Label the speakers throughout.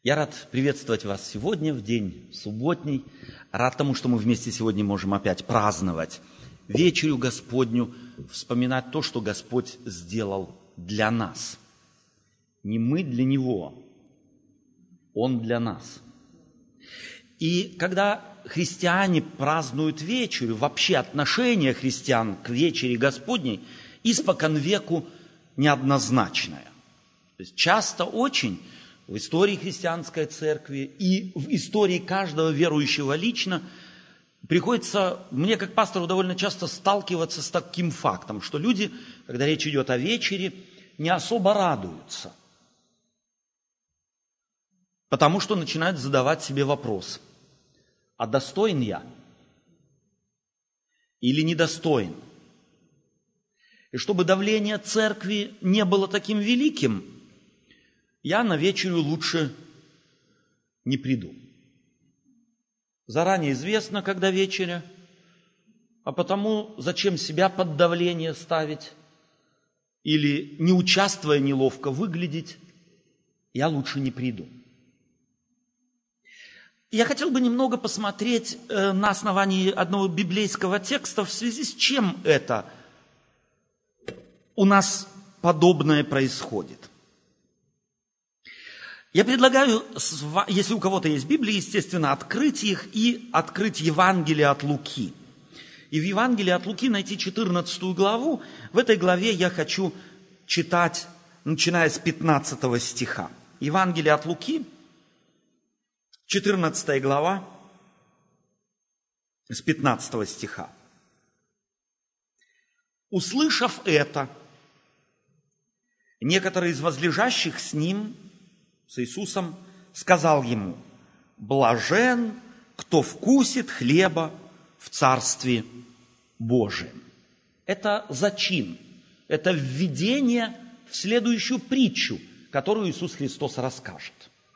Speaker 1: Я рад приветствовать вас сегодня, в день субботний. Рад тому, что мы вместе сегодня можем опять праздновать вечерю Господню, вспоминать то, что Господь сделал для нас. Не мы для Него, Он для нас. И когда христиане празднуют вечерю, вообще отношение христиан к вечере Господней испокон веку неоднозначное. То есть часто очень в истории христианской церкви и в истории каждого верующего лично приходится мне, как пастору, довольно часто сталкиваться с таким фактом, что люди, когда речь идет о вечере, не особо радуются, потому что начинают задавать себе вопрос: а достоин я или недостоин? И чтобы давление церкви не было таким великим, я на вечерю лучше не приду. Заранее известно, когда вечеря, а потому зачем себя под давление ставить или, не участвуя, неловко выглядеть, я лучше не приду. Я хотел бы немного посмотреть на основании одного библейского текста, в связи с чем это у нас подобное происходит. Я предлагаю, если у кого-то есть Библия, естественно, открыть их и открыть Евангелие от Луки. И в Евангелии от Луки найти 14 главу. В этой главе я хочу читать, начиная с 15 стиха. Евангелие от Луки, 14 глава, с 15 стиха. «Услышав это, некоторые из возлежащих с ним, с Иисусом, сказал ему: блажен, кто вкусит хлеба в Царстве Божием». Это зачин, это введение в следующую притчу, которую Иисус Христос расскажет.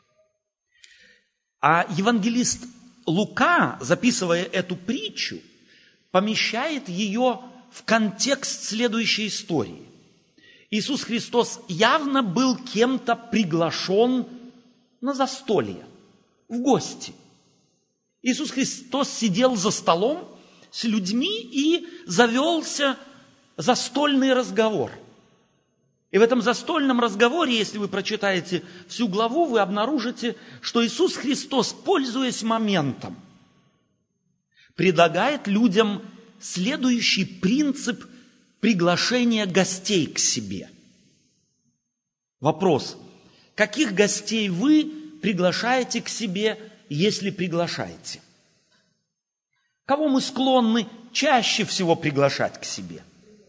Speaker 1: А евангелист Лука, записывая эту притчу, помещает ее в контекст следующей истории. Иисус Христос явно был кем-то приглашен на застолье, в гости. Иисус Христос сидел за столом с людьми и завелся застольный разговор. И в этом застольном разговоре, если вы прочитаете всю главу, вы обнаружите, что Иисус Христос, пользуясь моментом, предлагает людям следующий принцип приглашения гостей к себе. Вопрос: каких гостей вы приглашаете к себе, если приглашаете? Кого мы склонны чаще всего приглашать к себе?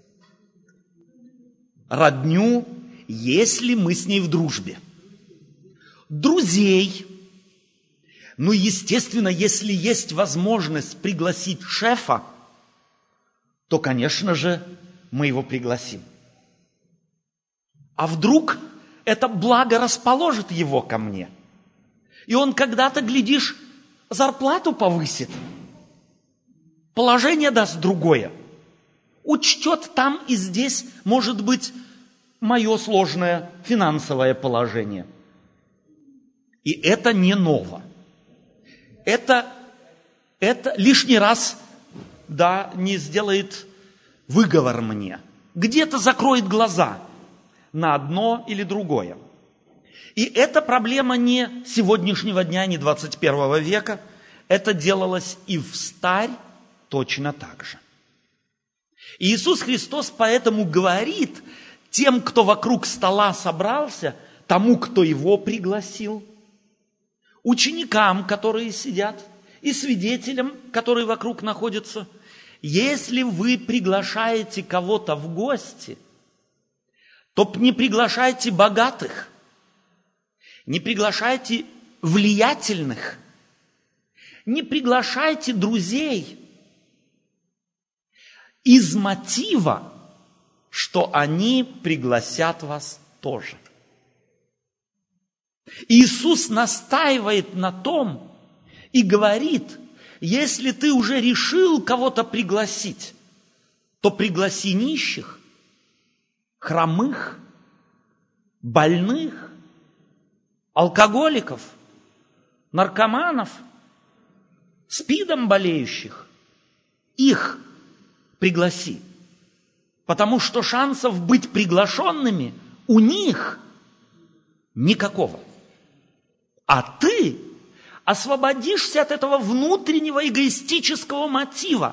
Speaker 1: Родню, если мы с ней в дружбе. Друзей. Ну, естественно, если есть возможность пригласить шефа, то, конечно же, мы его пригласим. А вдруг это благо расположит его ко мне? И он когда-то, глядишь, зарплату повысит, положение даст другое, учтет там и здесь, может быть, мое сложное финансовое положение. И это не ново. Это лишний раз, не сделает выговор мне. Где-то закроет глаза на одно или другое. И эта проблема не сегодняшнего дня, не 21 века. Это делалось и встарь точно так же. И Иисус Христос поэтому говорит тем, кто вокруг стола собрался, тому, кто его пригласил, ученикам, которые сидят, и свидетелям, которые вокруг находятся: если вы приглашаете кого-то в гости, то не приглашайте богатых, не приглашайте влиятельных, не приглашайте друзей из мотива, что они пригласят вас тоже. Иисус настаивает на том и говорит: если ты уже решил кого-то пригласить, то пригласи нищих, хромых, больных, алкоголиков, наркоманов, СПИДом болеющих, их пригласи. Потому что шансов быть приглашенными у них никакого. А ты освободишься от этого внутреннего эгоистического мотива,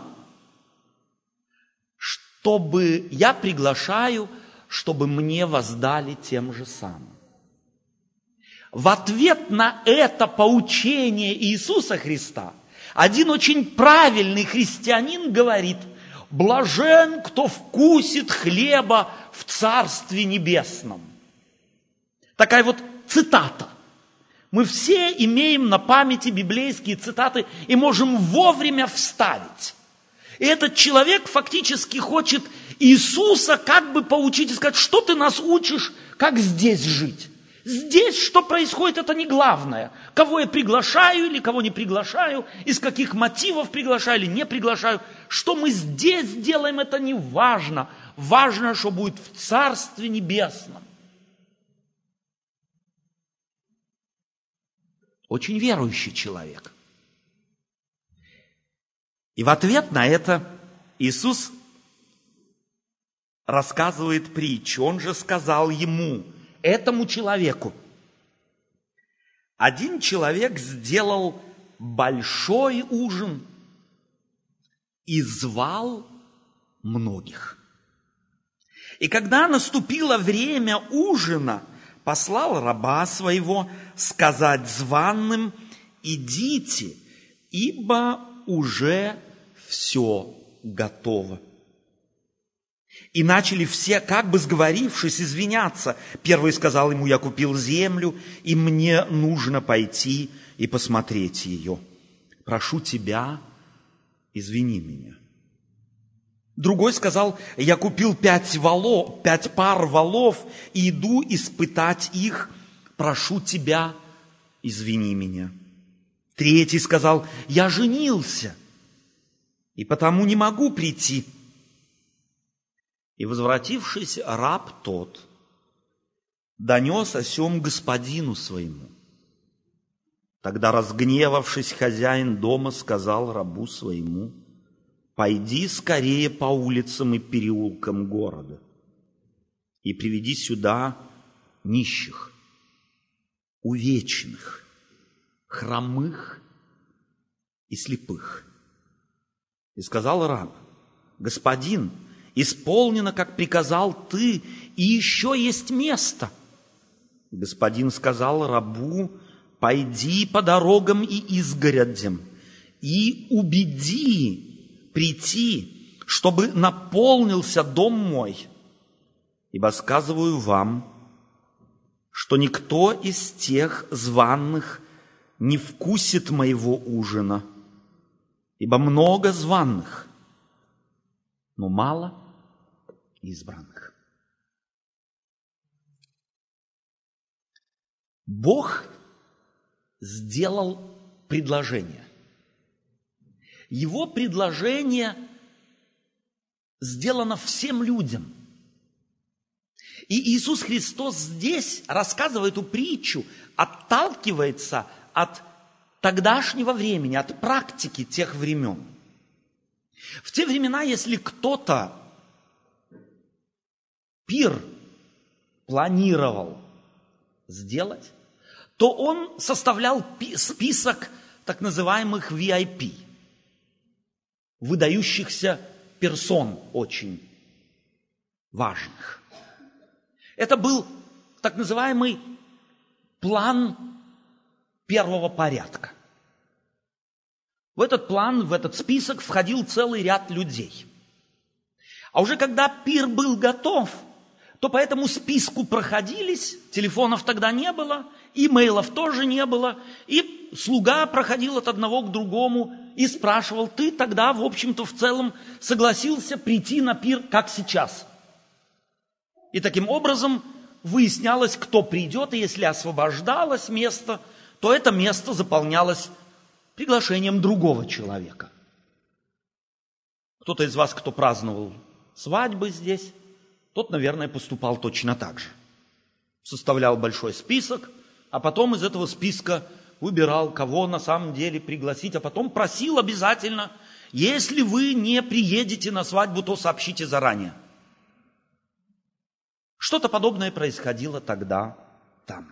Speaker 1: чтобы я приглашаю, чтобы мне воздали тем же самым. В ответ на это поучение Иисуса Христа один очень правильный христианин говорит: блажен, кто вкусит хлеба в Царстве Небесном. Такая вот цитата. Мы все имеем на памяти библейские цитаты и можем вовремя вставить. И этот человек фактически хочет Иисуса как бы поучить и сказать: что ты нас учишь, как здесь жить? Здесь что происходит, это не главное. Кого я приглашаю или кого не приглашаю, из каких мотивов приглашаю или не приглашаю. Что мы здесь делаем, это не важно. Важно, что будет в Царстве Небесном. Очень верующий человек. И в ответ на это Иисус рассказывает притчу. Он же сказал ему, этому человеку: один человек сделал большой ужин и звал многих. И когда наступило время ужина, послал раба своего сказать званым: идите, ибо уже все готово. И начали все, как бы сговорившись, извиняться. Первый сказал ему: я купил землю, и мне нужно пойти и посмотреть ее. Прошу тебя, извини меня. Другой сказал: я купил 5 пар волов, и иду испытать их. Прошу тебя, извини меня. Третий сказал: я женился, и потому не могу прийти. И, возвратившись, раб тот донес о сем господину своему. Тогда, разгневавшись, хозяин дома сказал рабу своему: пойди скорее по улицам и переулкам города и приведи сюда нищих, увечных, хромых и слепых. И сказал раб: господин, исполнено, как приказал ты, и еще есть место. Господин сказал рабу: пойди по дорогам и изгородям и убеди прийти, чтобы наполнился дом мой. Ибо сказываю вам, что никто из тех званых не вкусит моего ужина, ибо много званых, но мало избранных. Бог сделал предложение. Его предложение сделано всем людям. И Иисус Христос здесь, рассказывая эту притчу, отталкивается от тогдашнего времени, от практики тех времен. В те времена, если кто-то пир планировал сделать, то он составлял список так называемых VIP, выдающихся персон очень важных. Это был так называемый план первого порядка. В этот план, в этот список входил целый ряд людей. А уже когда пир был готов, то по этому списку проходились, телефонов тогда не было, имейлов тоже не было, и слуга проходил от одного к другому и спрашивал: ты тогда, в общем-то, в целом согласился прийти на пир, как сейчас? И таким образом выяснялось, кто придет, и если освобождалось место, то это место заполнялось приглашением другого человека. Кто-то из вас, кто праздновал свадьбы здесь, тот, наверное, поступал точно так же. Составлял большой список, а потом из этого списка выбирал, кого на самом деле пригласить, а потом просил обязательно: если вы не приедете на свадьбу, то сообщите заранее. Что-то подобное происходило тогда там.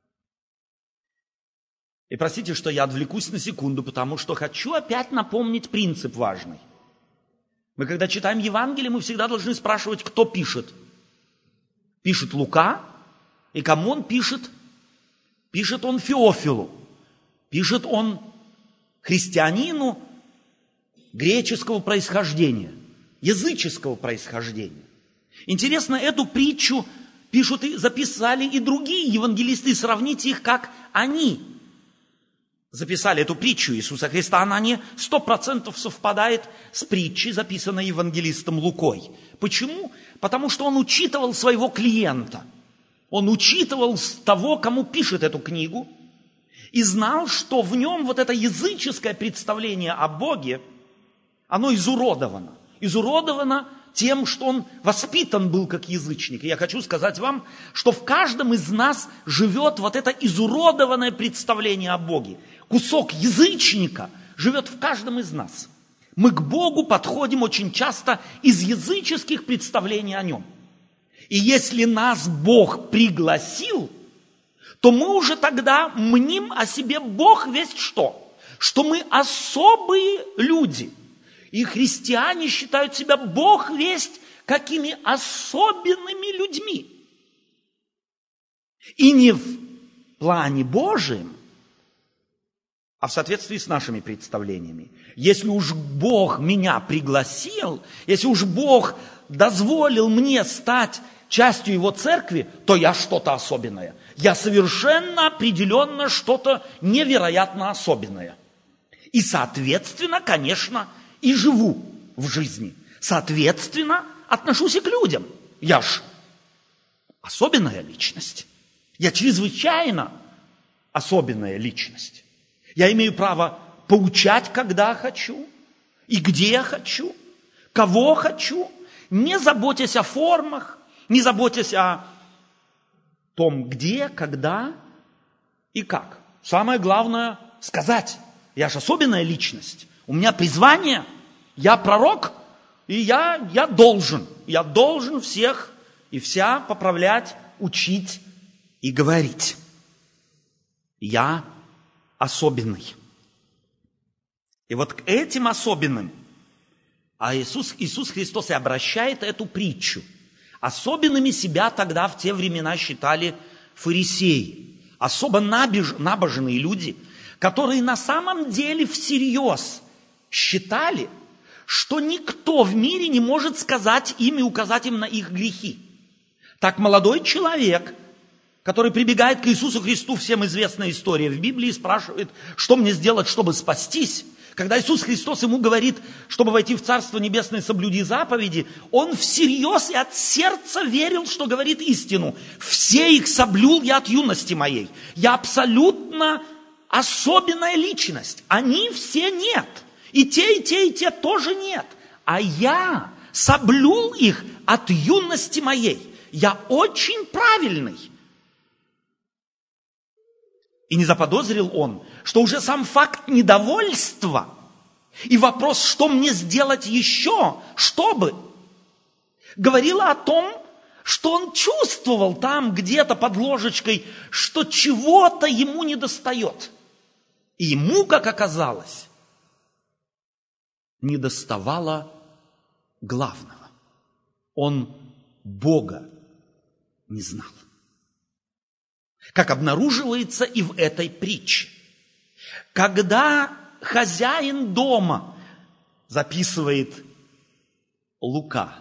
Speaker 1: И простите, что я отвлекусь на секунду, потому что хочу опять напомнить принцип важный. Мы, когда читаем Евангелие, мы всегда должны спрашивать, кто пишет. Пишет Лука, и кому он пишет? Пишет он Феофилу, пишет он христианину греческого происхождения, языческого происхождения. Интересно, эту притчу пишут и записали и другие евангелисты, сравните их, как они записали эту притчу Иисуса Христа. Она не 100% совпадает с притчей, записанной евангелистом Лукой. Почему? Потому что он учитывал своего клиента. Он учитывал того, кому пишет эту книгу, и знал, что в нем вот это языческое представление о Боге, оно изуродовано. Изуродовано тем, что он воспитан был как язычник. И я хочу сказать вам, что в каждом из нас живет вот это изуродованное представление о Боге. Кусок язычника живет в каждом из нас. Мы к Богу подходим очень часто из языческих представлений о Нем. И если нас Бог пригласил, то мы уже тогда мним о себе Бог весть что? Что мы особые люди. И христиане считают себя Бог весть какими особенными людьми. И не в плане Божьем, а в соответствии с нашими представлениями. Если уж Бог меня пригласил, если уж Бог дозволил мне стать частью Его церкви, то я что-то особенное. Я совершенно определенно что-то невероятно особенное. И, соответственно, конечно, и живу в жизни. Соответственно, отношусь и к людям. Я ж особенная личность. Я чрезвычайно особенная личность. Я имею право поучать, когда хочу, и где я хочу, кого хочу, не заботясь о формах, не заботясь о том, где, когда и как. Самое главное сказать: я же особенная личность, у меня призвание, я пророк, и я должен всех и вся поправлять, учить и говорить. Я особенный. И вот к этим особенным Иисус Христос и обращает эту притчу. Особенными себя тогда в те времена считали фарисеи. Особо набожные люди, которые на самом деле всерьез считали, что никто в мире не может сказать им и указать им на их грехи. Так молодой человек, который прибегает к Иисусу Христу, всем известная история в Библии, спрашивает: что мне сделать, чтобы спастись? Когда Иисус Христос ему говорит, чтобы войти в Царство Небесное, соблюди заповеди, он всерьез и от сердца верил, что говорит истину. Все их соблюл я от юности моей. Я абсолютно особенная личность. Они все нет. И те тоже нет. А я соблюл их от юности моей. Я очень правильный. И не заподозрил он, что уже сам факт недовольства и вопрос, что мне сделать еще, чтобы, говорило о том, что он чувствовал там где-то под ложечкой, что чего-то ему недостает. И ему, как оказалось, недоставало главного. Он Бога не знал. Как обнаруживается и в этой притче. Когда хозяин дома, записывает Лука,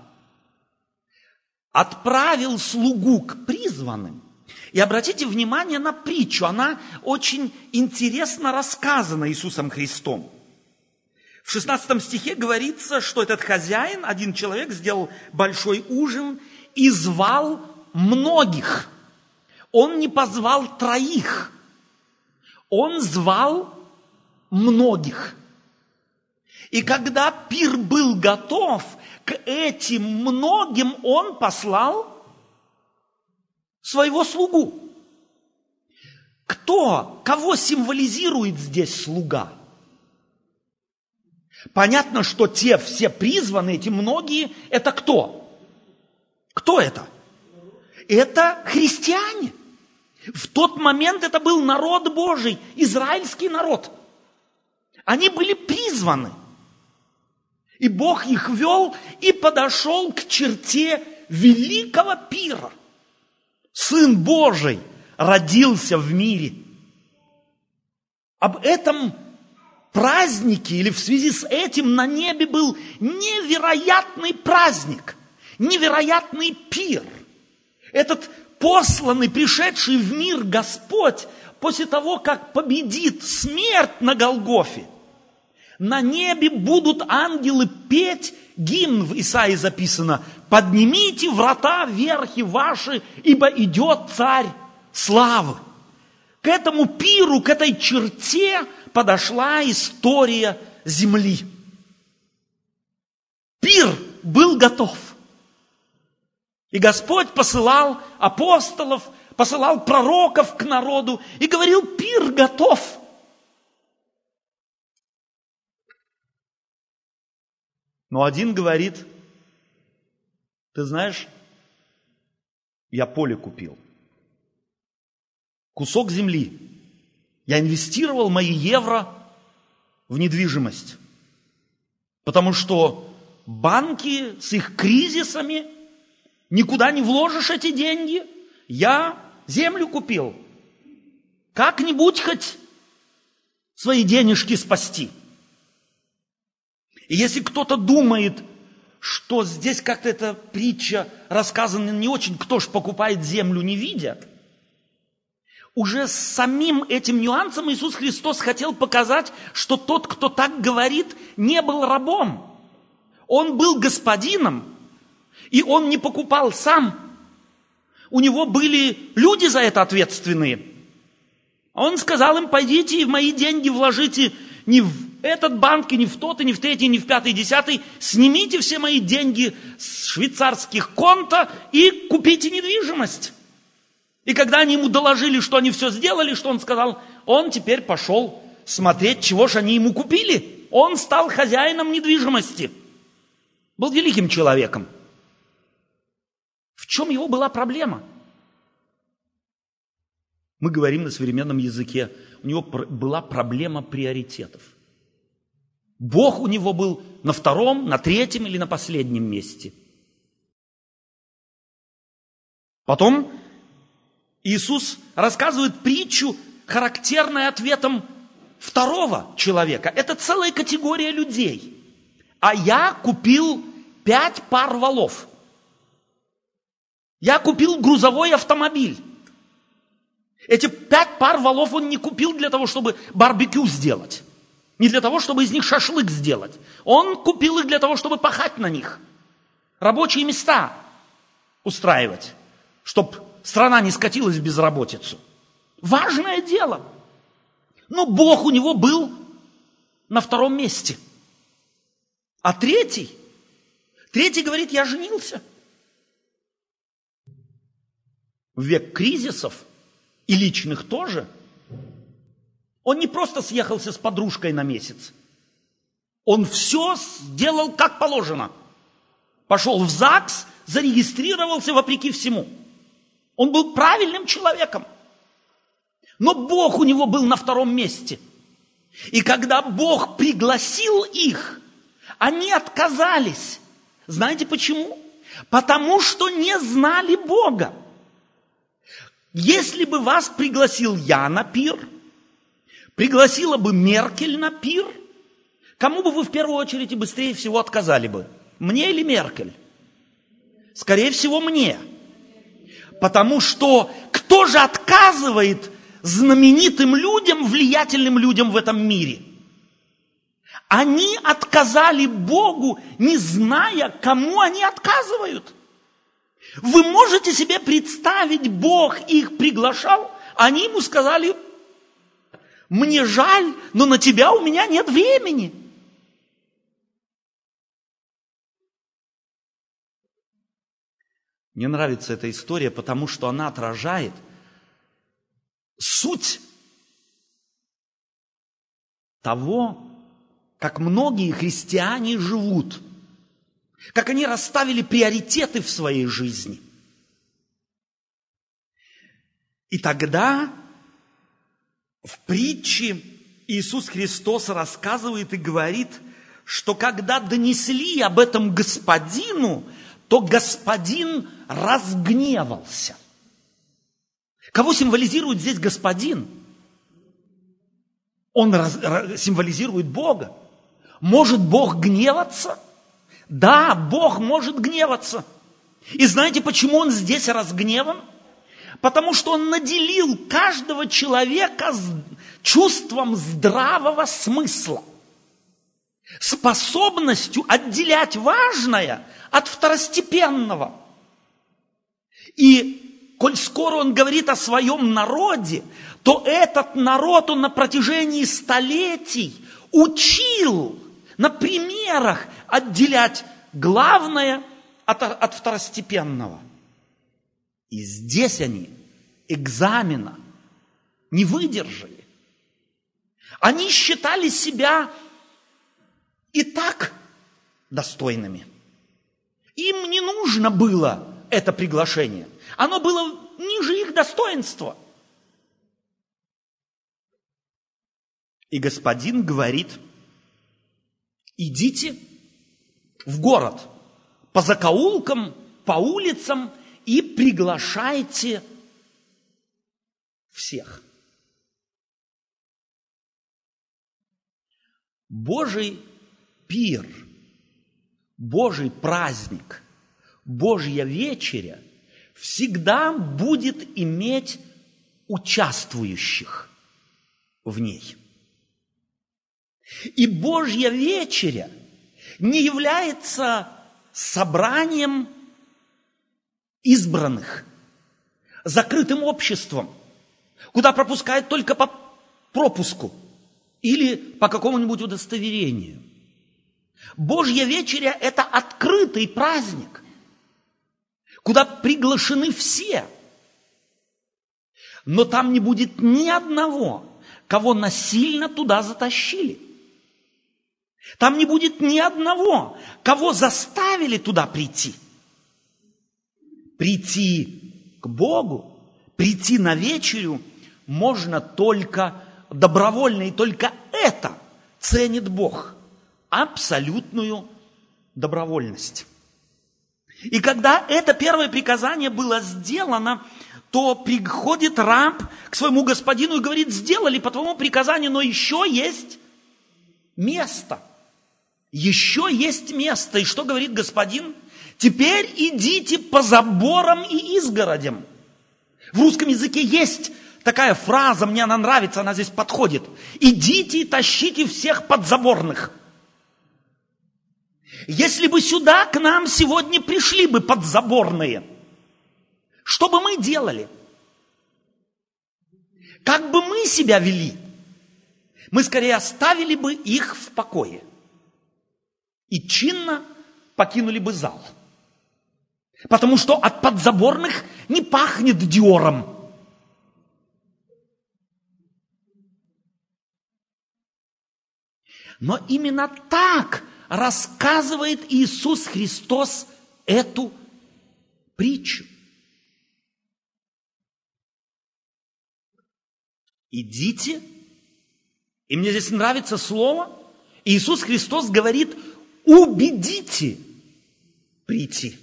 Speaker 1: отправил слугу к призванным, и обратите внимание на притчу, она очень интересно рассказана Иисусом Христом. В 16 стихе говорится, что этот хозяин, один человек, сделал большой ужин и звал многих. Он не позвал 3, он звал многих. И когда пир был готов, к этим многим он послал своего слугу. Кого символизирует здесь слуга? Понятно, что те все призванные, эти многие, это кто? Кто это? Это христиане. В тот момент это был народ Божий, израильский народ. Они были призваны. И Бог их вел и подошел к черте великого пира. Сын Божий родился в мире. Об этом празднике или в связи с этим на небе был невероятный праздник, невероятный пир. Этот посланный, пришедший в мир Господь, после того, как победит смерть на Голгофе, на небе будут ангелы петь гимн, в Исаии записано: «Поднимите врата верхи ваши, ибо идет царь славы». К этому пиру, к этой черте подошла история земли. Пир был готов. И Господь посылал апостолов, посылал пророков к народу и говорил: пир готов. Но один говорит: ты знаешь, я поле купил, кусок земли. Я инвестировал мои евро в недвижимость. Потому что банки с их кризисами, никуда не вложишь эти деньги. Я землю купил. Как-нибудь хоть свои денежки спасти. И если кто-то думает, что здесь как-то эта притча рассказана не очень, кто ж покупает землю, не видя, уже с самим этим нюансом Иисус Христос хотел показать, что тот, кто так говорит, не был рабом. Он был господином, и он не покупал сам. У него были люди за это ответственные. Он сказал им: пойдите и в мои деньги вложите не в этот банк, и не в тот, и не в третий, и не в пятый, и десятый. Снимите все мои деньги с швейцарских конта и купите недвижимость. И когда они ему доложили, что они все сделали, что он сказал, он теперь пошел смотреть, чего же они ему купили. Он стал хозяином недвижимости. Был великим человеком. В чем его была проблема? Мы говорим на современном языке. У него была проблема приоритетов. Бог у него был на втором, на третьем или на последнем месте. Потом Иисус рассказывает притчу, характерную ответом второго человека. Это целая категория людей. А я купил 5 пар валов. Я купил грузовой автомобиль. Эти 5 пар валов он не купил для того, чтобы барбекю сделать. Не для того, чтобы из них шашлык сделать. Он купил их для того, чтобы пахать на них. Рабочие места устраивать, чтобы страна не скатилась в безработицу. Важное дело. Но Бог у него был на втором месте. А третий говорит: я женился. В век кризисов и личных тоже. Он не просто съехался с подружкой на месяц. Он все сделал как положено. Пошел в ЗАГС, зарегистрировался вопреки всему. Он был правильным человеком. Но Бог у него был на втором месте. И когда Бог пригласил их, они отказались. Знаете почему? Потому что не знали Бога. Если бы вас пригласил я на пир, пригласила бы Меркель на пир, кому бы вы в первую очередь и быстрее всего отказали бы? Мне или Меркель? Скорее всего, мне. Потому что кто же отказывает знаменитым людям, влиятельным людям в этом мире? Они отказали Богу, не зная, кому они отказывают. Вы можете себе представить, Бог их приглашал, они ему сказали: мне жаль, но на тебя у меня нет времени. Мне нравится эта история, потому что она отражает суть того, как многие христиане живут, как они расставили приоритеты в своей жизни. И тогда в притче Иисус Христос рассказывает и говорит, что когда донесли об этом Господину, то Господин разгневался. Кого символизирует здесь Господин? Он символизирует Бога. Может Бог гневаться? Да, Бог может гневаться. И знаете, почему Он здесь разгневан? Потому что Он наделил каждого человека чувством здравого смысла, способностью отделять важное от второстепенного. И коль скоро Он говорит о своем народе, то этот народ Он на протяжении столетий учил на примерах отделять главное от второстепенного. И здесь они экзамена не выдержали. Они считали себя и так достойными. Им не нужно было это приглашение. Оно было ниже их достоинства. И Господин говорит: идите в город по закоулкам, по улицам и приглашайте всех. Божий пир, Божий праздник, Божья вечеря всегда будет иметь участвующих в ней. И Божья вечеря не является собранием избранных, закрытым обществом, куда пропускают только по пропуску или по какому-нибудь удостоверению. Божья вечеря – это открытый праздник, куда приглашены все. Но там не будет ни одного, кого насильно туда затащили. Там не будет ни одного, кого заставили туда прийти. Прийти к Богу, прийти на вечерю можно только добровольно, и только это ценит Бог. Абсолютную добровольность. И когда это первое приказание было сделано, то приходит раб к своему господину и говорит: сделали по твоему приказанию, но еще есть место. Еще есть место. И что говорит господин? Теперь идите по заборам и изгородям. В русском языке есть такая фраза, мне она нравится, она здесь подходит. Идите и тащите всех подзаборных. Если бы сюда к нам сегодня пришли бы подзаборные, что бы мы делали? Как бы мы себя вели? Мы скорее оставили бы их в покое и чинно покинули бы зал. Потому что от подзаборных не пахнет Диором. Но именно так рассказывает Иисус Христос эту притчу. Идите, и мне здесь нравится слово, Иисус Христос говорит: убедите прийти.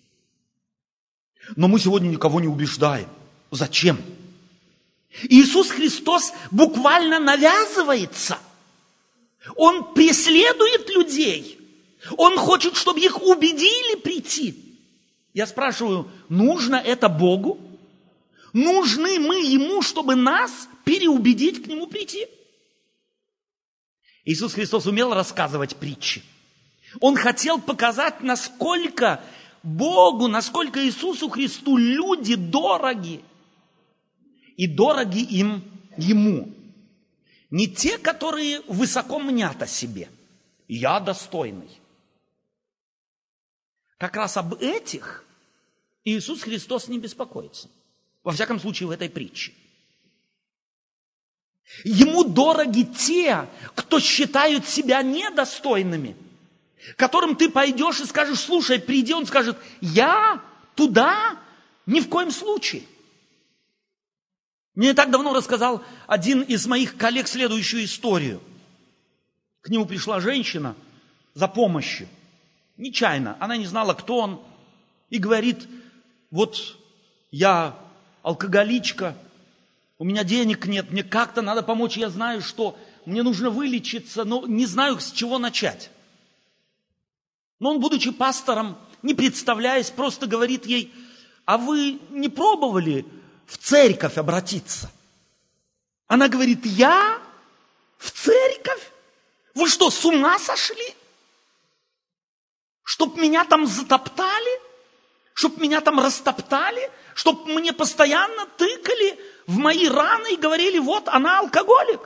Speaker 1: Но мы сегодня никого не убеждаем. Зачем? Иисус Христос буквально навязывается. Он преследует людей. Он хочет, чтобы их убедили прийти. Я спрашиваю, нужно это Богу? Нужны мы Ему, чтобы нас переубедить к Нему прийти? Иисус Христос умел рассказывать притчи. Он хотел показать, насколько Богу, насколько Иисусу Христу люди дороги. И дороги Ему. Не те, которые высоко мнят о себе. Я достойный. Как раз об этих Иисус Христос не беспокоится. Во всяком случае, в этой притче. Ему дороги те, кто считают себя недостойными, которым ты пойдешь и скажешь: слушай, приди, он скажет: я туда ни в коем случае. Мне не так давно рассказал один из моих коллег следующую историю. К нему пришла женщина за помощью. Нечаянно. Она не знала, кто он. И говорит: вот я алкоголичка, у меня денег нет, мне как-то надо помочь. Я знаю, что мне нужно вылечиться, но не знаю, с чего начать. Но он, будучи пастором, не представляясь, просто говорит ей: а вы не пробовали в церковь обратиться? Она говорит: я? В церковь? Вы что, с ума сошли? Чтоб меня там затоптали? Чтоб меня там растоптали? Чтоб мне постоянно тыкали в мои раны и говорили: вот она алкоголик?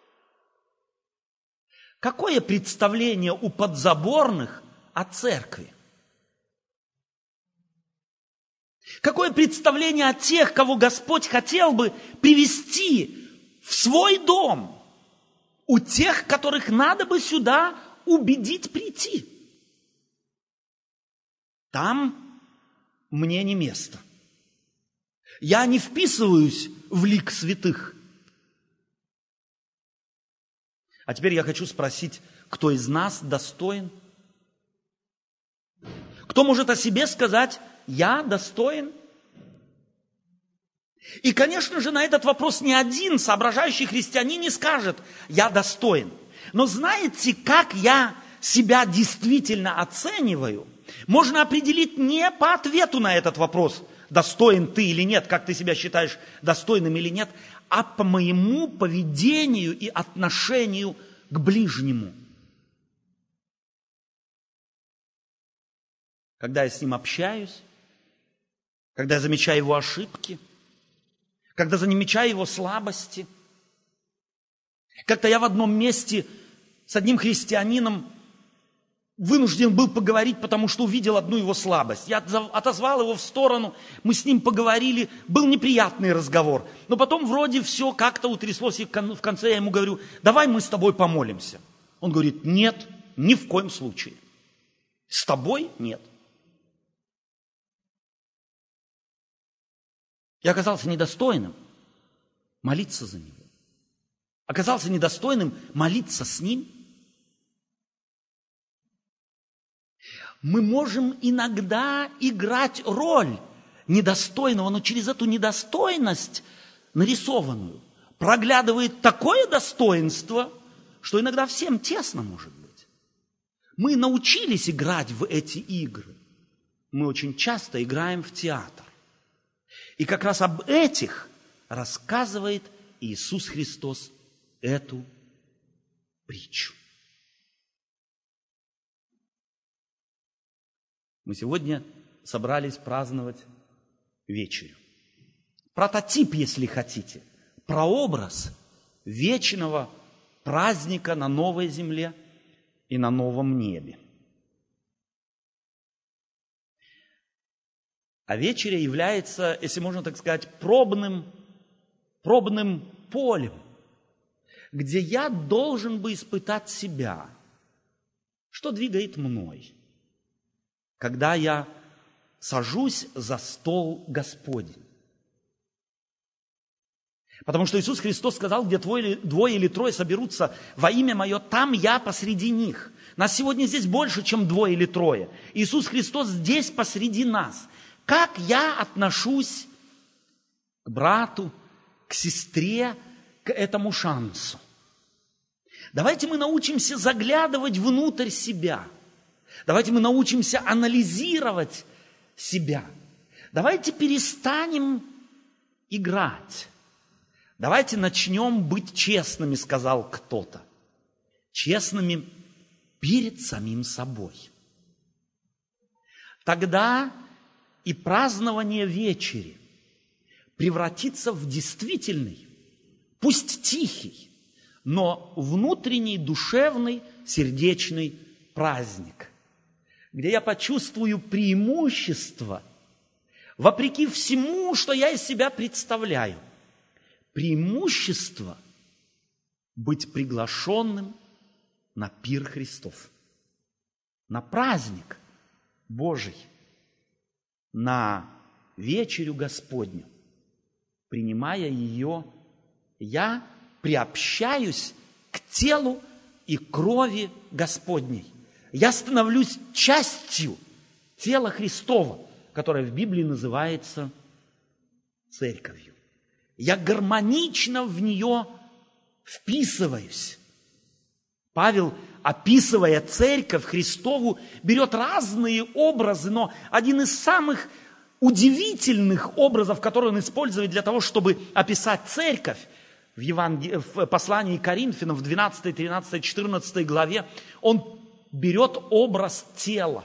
Speaker 1: Какое представление у подзаборных о церкви? Какое представление о тех, кого Господь хотел бы привести в свой дом, у тех, которых надо бы сюда убедить прийти? Там мне не место. Я не вписываюсь в лик святых. А теперь я хочу спросить, кто из нас достоин? Кто может о себе сказать: я достоин? И, конечно же, на этот вопрос ни один соображающий христианин не скажет: я достоин. Но знаете, как я себя действительно оцениваю, можно определить не по ответу на этот вопрос, достоин ты или нет, как ты себя считаешь достойным или нет, а по моему поведению и отношению к ближнему. Когда я с ним общаюсь, когда я замечаю его ошибки, когда замечаю его слабости. Как-то я в одном месте с одним христианином вынужден был поговорить, потому что увидел одну его слабость. Я отозвал его в сторону, мы с ним поговорили, был неприятный разговор. Но потом вроде все как-то утряслось, и в конце я ему говорю: давай мы с тобой помолимся. Он говорит: нет, ни в коем случае. С тобой нет. Я оказался недостойным молиться за него. Оказался недостойным молиться с ним. Мы можем иногда играть роль недостойного, но через эту недостойность нарисованную проглядывает такое достоинство, что иногда всем тесно может быть. Мы научились играть в эти игры. Мы очень часто играем в театр. И как раз об этих рассказывает Иисус Христос эту притчу. Мы сегодня собрались праздновать вечерю. Прототип, если хотите, прообраз вечного праздника на новой земле и на новом небе. А вечеря является, если можно так сказать, пробным полем, где я должен бы испытать себя, что двигает мной, когда я сажусь за стол Господень. Потому что Иисус Христос сказал: где двое или трое соберутся во имя Мое, там я посреди них. Нас сегодня здесь больше, чем двое или трое. Иисус Христос здесь посреди нас. Как я отношусь к брату, к сестре, к этому шансу? Давайте мы научимся заглядывать внутрь себя. Давайте мы научимся анализировать себя. Давайте перестанем играть. Давайте начнем быть честными, сказал кто-то. Честными перед самим собой. Тогда и празднование вечери превратится в действительный, пусть тихий, но внутренний, душевный, сердечный праздник, где я почувствую преимущество, вопреки всему, что я из себя представляю. Преимущество быть приглашенным на пир Христов, на праздник Божий, на вечерю Господню. Принимая ее, я приобщаюсь к телу и крови Господней. Я становлюсь частью тела Христова, которое в Библии называется церковью. Я гармонично в нее вписываюсь. Павел, описывая церковь Христову, берет разные образы, но один из самых удивительных образов, которые он использует для того, чтобы описать церковь, в послании к Коринфянам в 12, 13, 14 главе, он берет образ тела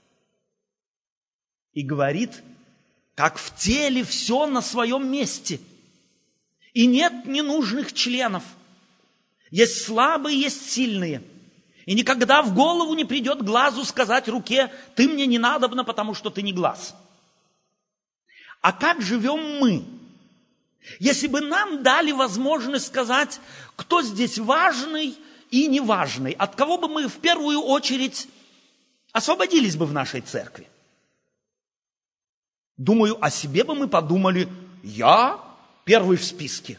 Speaker 1: и говорит, как в теле все на своем месте, и нет ненужных членов. Есть слабые, есть сильные. И никогда в голову не придет глазу сказать руке, ты мне не надобна, потому что ты не глаз. А как живем мы? Если бы нам дали возможность сказать, кто здесь важный и неважный, от кого бы мы в первую очередь освободились бы в нашей церкви? Думаю, о себе бы мы подумали, я первый в списке.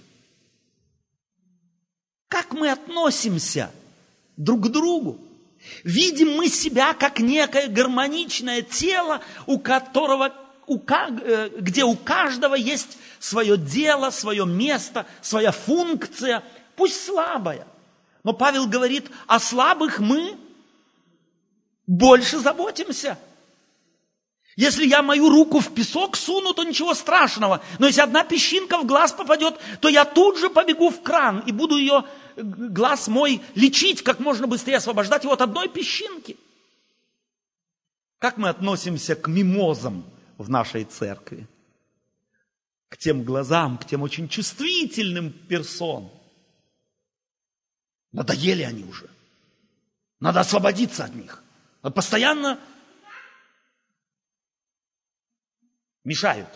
Speaker 1: Как мы относимся друг к другу? Видим мы себя как некое гармоничное тело, где у каждого есть свое дело, свое место, своя функция, пусть слабая. Но Павел говорит, о слабых мы больше заботимся. Если я мою руку в песок суну, то ничего страшного. Но если одна песчинка в глаз попадет, то я тут же побегу в кран и буду ее, глаз мой, лечить, как можно быстрее освобождать его от одной песчинки. Как мы относимся к мимозам в нашей церкви? К тем глазам, к тем очень чувствительным персон. Надоели они уже. Надо освободиться от них. Постоянно мешают.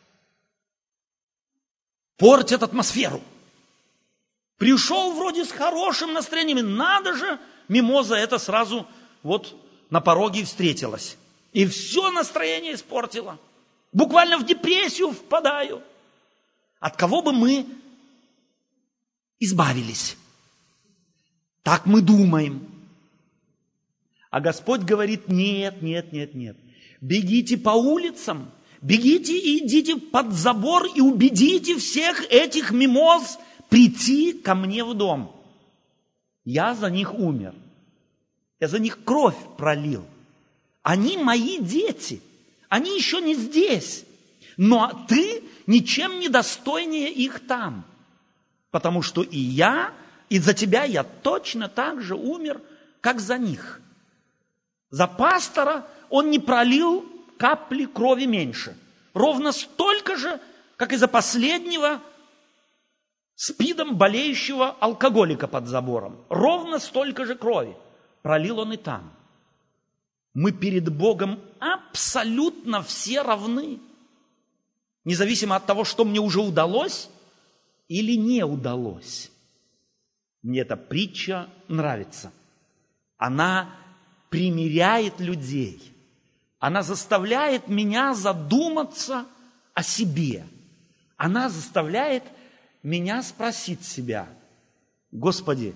Speaker 1: Портят атмосферу. Пришел вроде с хорошим настроением. Надо же, мимоза это сразу вот на пороге встретилась. И все настроение испортило. Буквально в депрессию впадаю. От кого бы мы избавились? Так мы думаем. А Господь говорит, нет, нет, нет, нет. Бегите по улицам, бегите и идите под забор и убедите всех этих мимоз прийти ко мне в дом. Я за них умер. Я за них кровь пролил. Они мои дети. Они еще не здесь. Но ты ничем не достойнее их там. Потому что и я, и за тебя я точно так же умер, как за них. За пастора он не пролил капли крови меньше. Ровно столько же, как и за последнего СПИДом болеющего алкоголика под забором. Ровно столько же крови пролил он и там. Мы перед Богом абсолютно все равны. Независимо от того, что мне уже удалось или не удалось. Мне эта притча нравится. Она примиряет людей. Она заставляет меня задуматься о себе. Она заставляет меня спросить себя: Господи,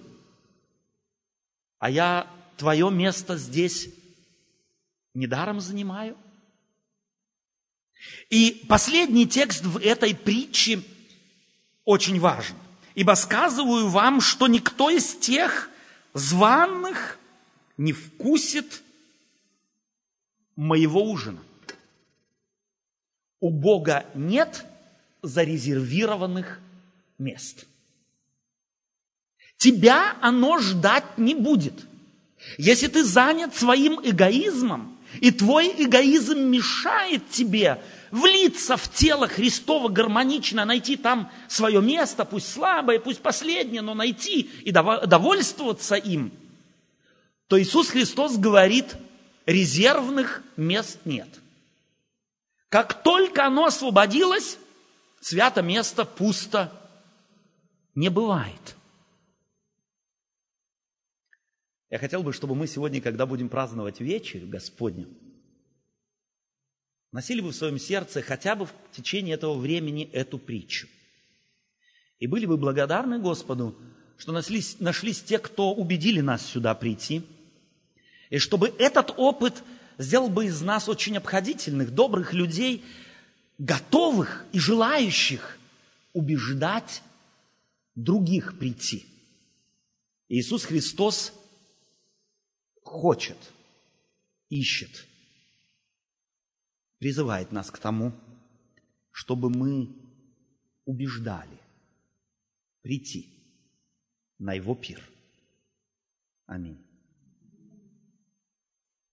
Speaker 1: а я Твое место здесь недаром занимаю? И последний текст в этой притче очень важен. Ибо сказываю вам, что никто из тех званых не вкусит моего ужина. У Бога нет зарезервированных мест. Тебя оно ждать не будет. Если ты занят своим эгоизмом, и твой эгоизм мешает тебе влиться в тело Христово гармонично, найти там свое место, пусть слабое, пусть последнее, но найти и довольствоваться им, то Иисус Христос говорит, резервных мест нет. Как только оно освободилось, свято место пусто не бывает. Я хотел бы, чтобы мы сегодня, когда будем праздновать вечерю Господню, носили бы в своем сердце хотя бы в течение этого времени эту притчу. И были бы благодарны Господу, что нашлись те, кто убедили нас сюда прийти, и чтобы этот опыт сделал бы из нас очень обходительных, добрых людей, готовых и желающих убеждать других прийти. Иисус Христос хочет, ищет, призывает нас к тому, чтобы мы убеждали прийти на Его пир. Аминь.